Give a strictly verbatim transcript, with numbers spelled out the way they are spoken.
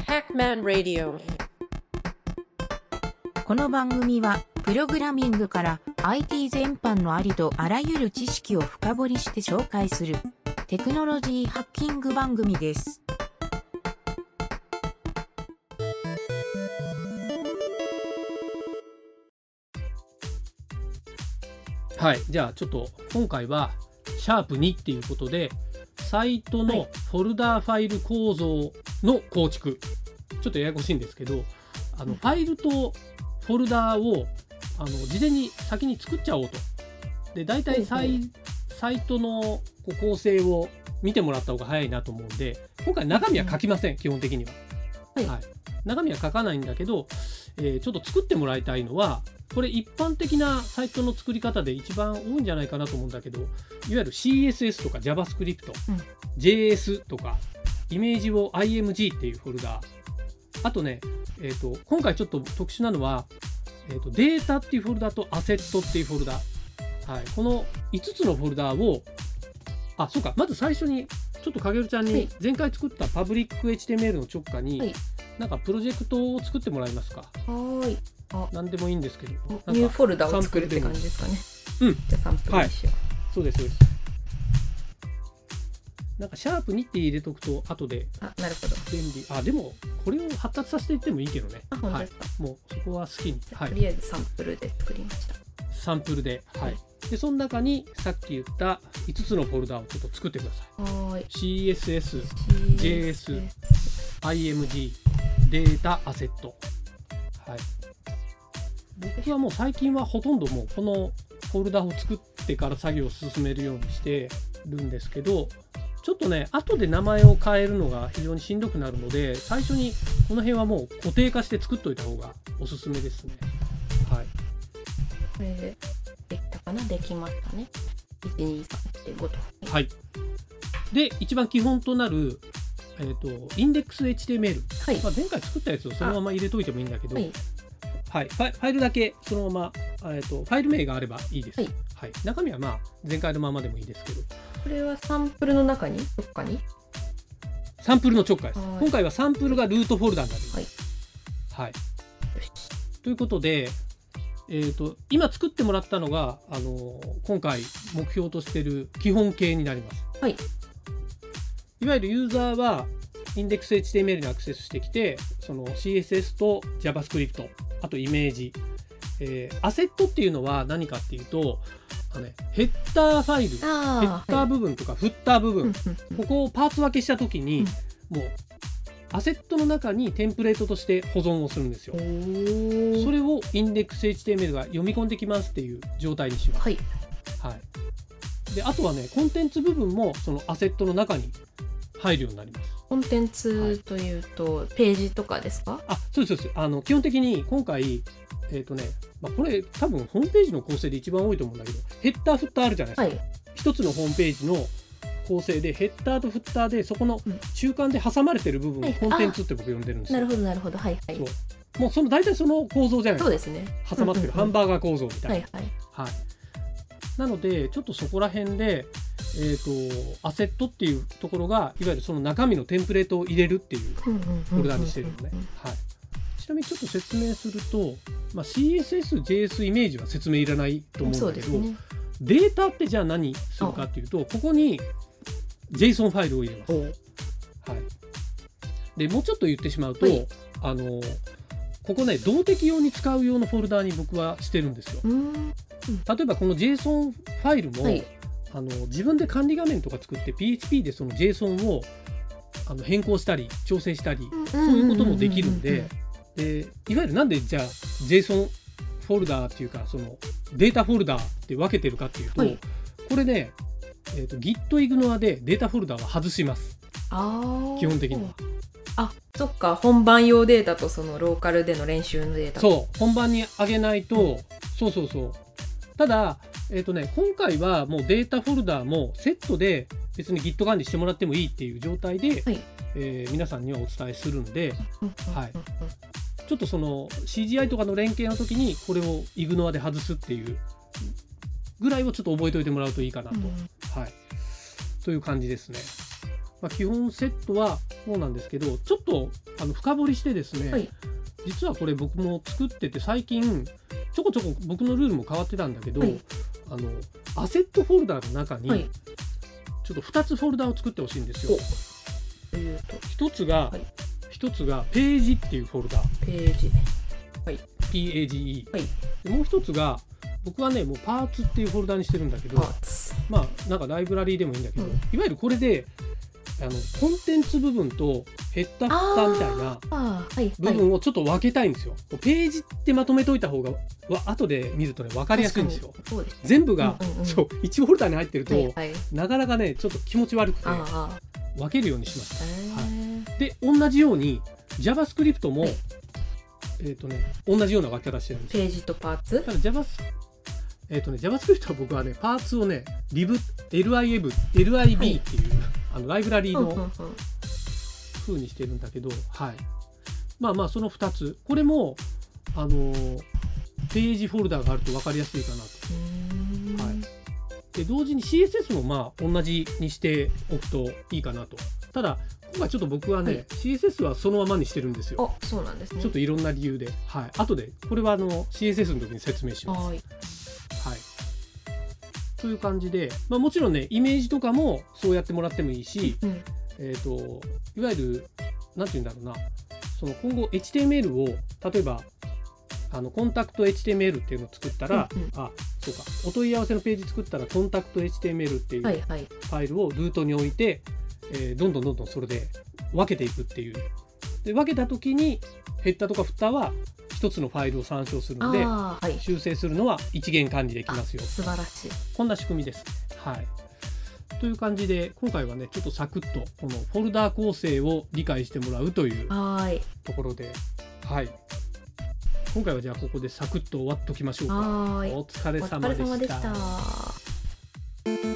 Hackman Radio。 この番組はプログラミングから アイティー 全般のありとあらゆる知識を深掘りして紹介するテクノロジーハッキング番組です。 はい、じゃあちょっと今回はシャープにっていうことでサイトのフォルダーファイル構造の構築、ちょっとややこしいんですけど、あのファイルとフォルダーをあの事前に先に作っちゃおうと。で、大体サイ、サイトのこう構成を見てもらった方が早いなと思うんで、今回中身は書きません、基本的には、はいはい、中身は書かないんだけど、えー、ちょっと作ってもらいたいのは、これ一般的なサイトの作り方で一番多いんじゃないかなと思うんだけど、いわゆる シーエスエス とか JavaScript、うん、ジェイエス とかイメージを アイエムジー っていうフォルダー、あとね、えーと、今回ちょっと特殊なのは、えーと、データっていうフォルダとアセットっていうフォルダ、はい、このいつつのフォルダを、あ、そうか、まず最初にちょっとかげるちゃんに前回作ったパブリック エイチティーエムエル の直下に、はい、なんかプロジェクトを作ってもらえますか。 はい。 あ、何でもいいんですけど、 ニューフォルダを作るって感じですかね。 うん。 じゃあサンプルにしよう。 はい、そうですそうです。なんかシャープにって入れとくと後であ、なるほど、 便利。あ、でもこれを発達させていってもいいけどね。 あ、本当ですか。 はい、もうそこは好きに、はい、 とりあえずサンプルで作りました。 サンプルで、はい、はい、でその中にさっき言ったいつつのフォルダをちょっと作ってください。はい。 シーエスエス、ジェイエス、アイエムジー、データアセット。はい。僕はもう最近はほとんどもうこのフォルダを作ってから作業を進めるようにしてるんですけど、ちょっとね、後で名前を変えるのが非常にしんどくなるので、最初にこの辺はもう固定化して作っといた方がおすすめですね。はい。 これでできたかな。できましたね。いちにさんよんごと。 はい。で、一番基本となる、えーと、インデックス エイチティーエムエル、はい、まあ、前回作ったやつをそのまま入れといてもいいんだけど、はいはい、ファイルだけそのまま、えーと、ファイル名があればいいです。はいはい、中身はまあ前回のままでもいいですけど、 これはサンプルの中にどっかにサンプルの直下です。今回はサンプルがルートフォルダになります。はいはい、ということで、えーと、今作ってもらったのが、あのー、今回目標としている基本形になります。はい、いわゆるユーザーはインデックス エイチティーエムエル にアクセスしてきて、その シーエスエス と JavaScript、 あとイメージ、えー、アセットっていうのは何かっていうと、あの、ね、ヘッダーファイル、ヘッダー部分とかフッター部分、はい、ここをパーツ分けしたときに、うん、もうアセットの中にテンプレートとして保存をするんですよ。それをインデックス エイチティーエムエル が読み込んできますっていう状態にします。はいはい、であとはね、コンテンツ部分もそのアセットの中に入るようになります。 コンテンツというと、はい、ページとかですか。 あ、そうですそうです。あの基本的に今回、えーとねまあ、これ多分ホームページの構成で一番多いと思うんだけど、ヘッダーフッターあるじゃないですか、はい、一つのホームページの構成でヘッダーとフッターでそこの中間で挟まれてる部分をコンテンツって僕呼んでるんですよ。 なるほどなるほど、はいはい。 そうもうその大体その構造じゃないですか。 そうですね、 挟まってるハンバーガー構造みたいな、 はいはいはい、なのでちょっとそこら辺で、えーと、アセットっていうところがいわゆるその中身のテンプレートを入れるっていうフォルダにしてるのね。はい。ちなみにちょっと説明すると、まあ、シーエスエス、ジェイエス イメージは説明いらないと思うんだけど、ね、データってじゃあ何するかっていうと、ここに ジェイソン ファイルを入れます。はい、でもうちょっと言ってしまうと、はい、あのここね、動的用に使う用のフォルダに僕はしてるんですよ。うん、例えばこの ジェイソン ファイルも、はい、あの自分で管理画面とか作って ピーエイチピー でその JSON をあの変更したり調整したり、そういうこともできるんで、でいわゆるなんでじゃあ JSON フォルダーっていうかそのデータフォルダーって分けてるかっていうと、はい、これね、えーと、Git-Ignore でデータフォルダーは外します。あ、基本的には。 あ、そっか、本番用データとそのローカルでの練習のデータ、 そう本番に上げないと、うん、そうそうそう。ただ、えーとね、今回はもうデータフォルダーもセットで別に Git 管理してもらってもいいっていう状態で、はい、えー、皆さんにはお伝えするんで、はい、ちょっとその シージーアイ とかの連携の時にこれを Ignore で外すっていうぐらいをちょっと覚えておいてもらうといいかなと、うん、はい、という感じですね。 まあ、基本セットはそうなんですけど、ちょっとあの深掘りしてですね、 はい、 実はこれ僕も作ってて最近ちょこちょこ僕のルールも変わってたんだけど、 はい、 あのアセットフォルダーの中に、 はい、 ちょっとふたつフォルダを作ってほしいんですよ。 というとひとつが、 はい、 ひとつがページっていうフォルダ、 ページ、はい、 ピーエージーイー、 はい、 でもうひとつが僕はねもうパーツっていうフォルダにしてるんだけど、 パーツ、 まあなんかライブラリーでもいいんだけど、 うん、 いわゆるこれであのコンテンツ部分とヘッダーフッターみたいなあー、はい、 部分をちょっと分けたいんですよ。ページってまとめといた方がわ後で見るとね分かりやすいんですよ。 そうですね、 全部が、 うんうんうん、 そういちフォルダに入ってると、 はいはい、 なかなかねちょっと気持ち悪くてあ分けるようにしました。 ー、 はい、で同じように JavaScript も、 はい、 えーとね、同じような分け方してるんですよ。 ページとパーツ、 ただ Java、えーとね、JavaScript は僕はねパーツをね lib、lib、lib っていう、あのライブラリーのうんうんうん、 風にしてるんだけど、はい、まあまあそのふたつ、これもあのーページフォルダがあると分かりやすいかなと。 うーん、 はい、で同時に シーエスエス もまあ同じにしておくといいかなと。ただ今回ちょっと僕はね、 はい、 シーエスエス はそのままにしてるんですよ。 あ、そうなんですね。 ちょっといろんな理由で、はい、後でこれはあの シーエスエス の時に説明します。 はい、 はい、という感じで、まあ、もちろんねイメージとかもそうやってもらってもいいし、 うん、 えーといわゆるなんていうんだろうな、その今後 エイチティーエムエル を例えばあのコンタクト エイチティーエムエル っていうのを作ったら、 うんうん、 あそうかお問い合わせのページ作ったらコンタクト エイチティーエムエル っていうフはいはい、 ァイルをルートに置いて、えーどんどんどんどんそれで分けていくっていう。で分けた時にヘッダーとかフッターは一つのファイルを参照するので、 あー、はい、 修正するのは一元管理できますよ。 素晴らしい。 こんな仕組みです。はい。という感じで今回はねちょっとサクッとこのフォルダー構成を理解してもらうというはい、 ところで、はい。今回はじゃあここでサクッと終わっときましょうか。 はい、 お疲れお様でした。 疲れ様でした。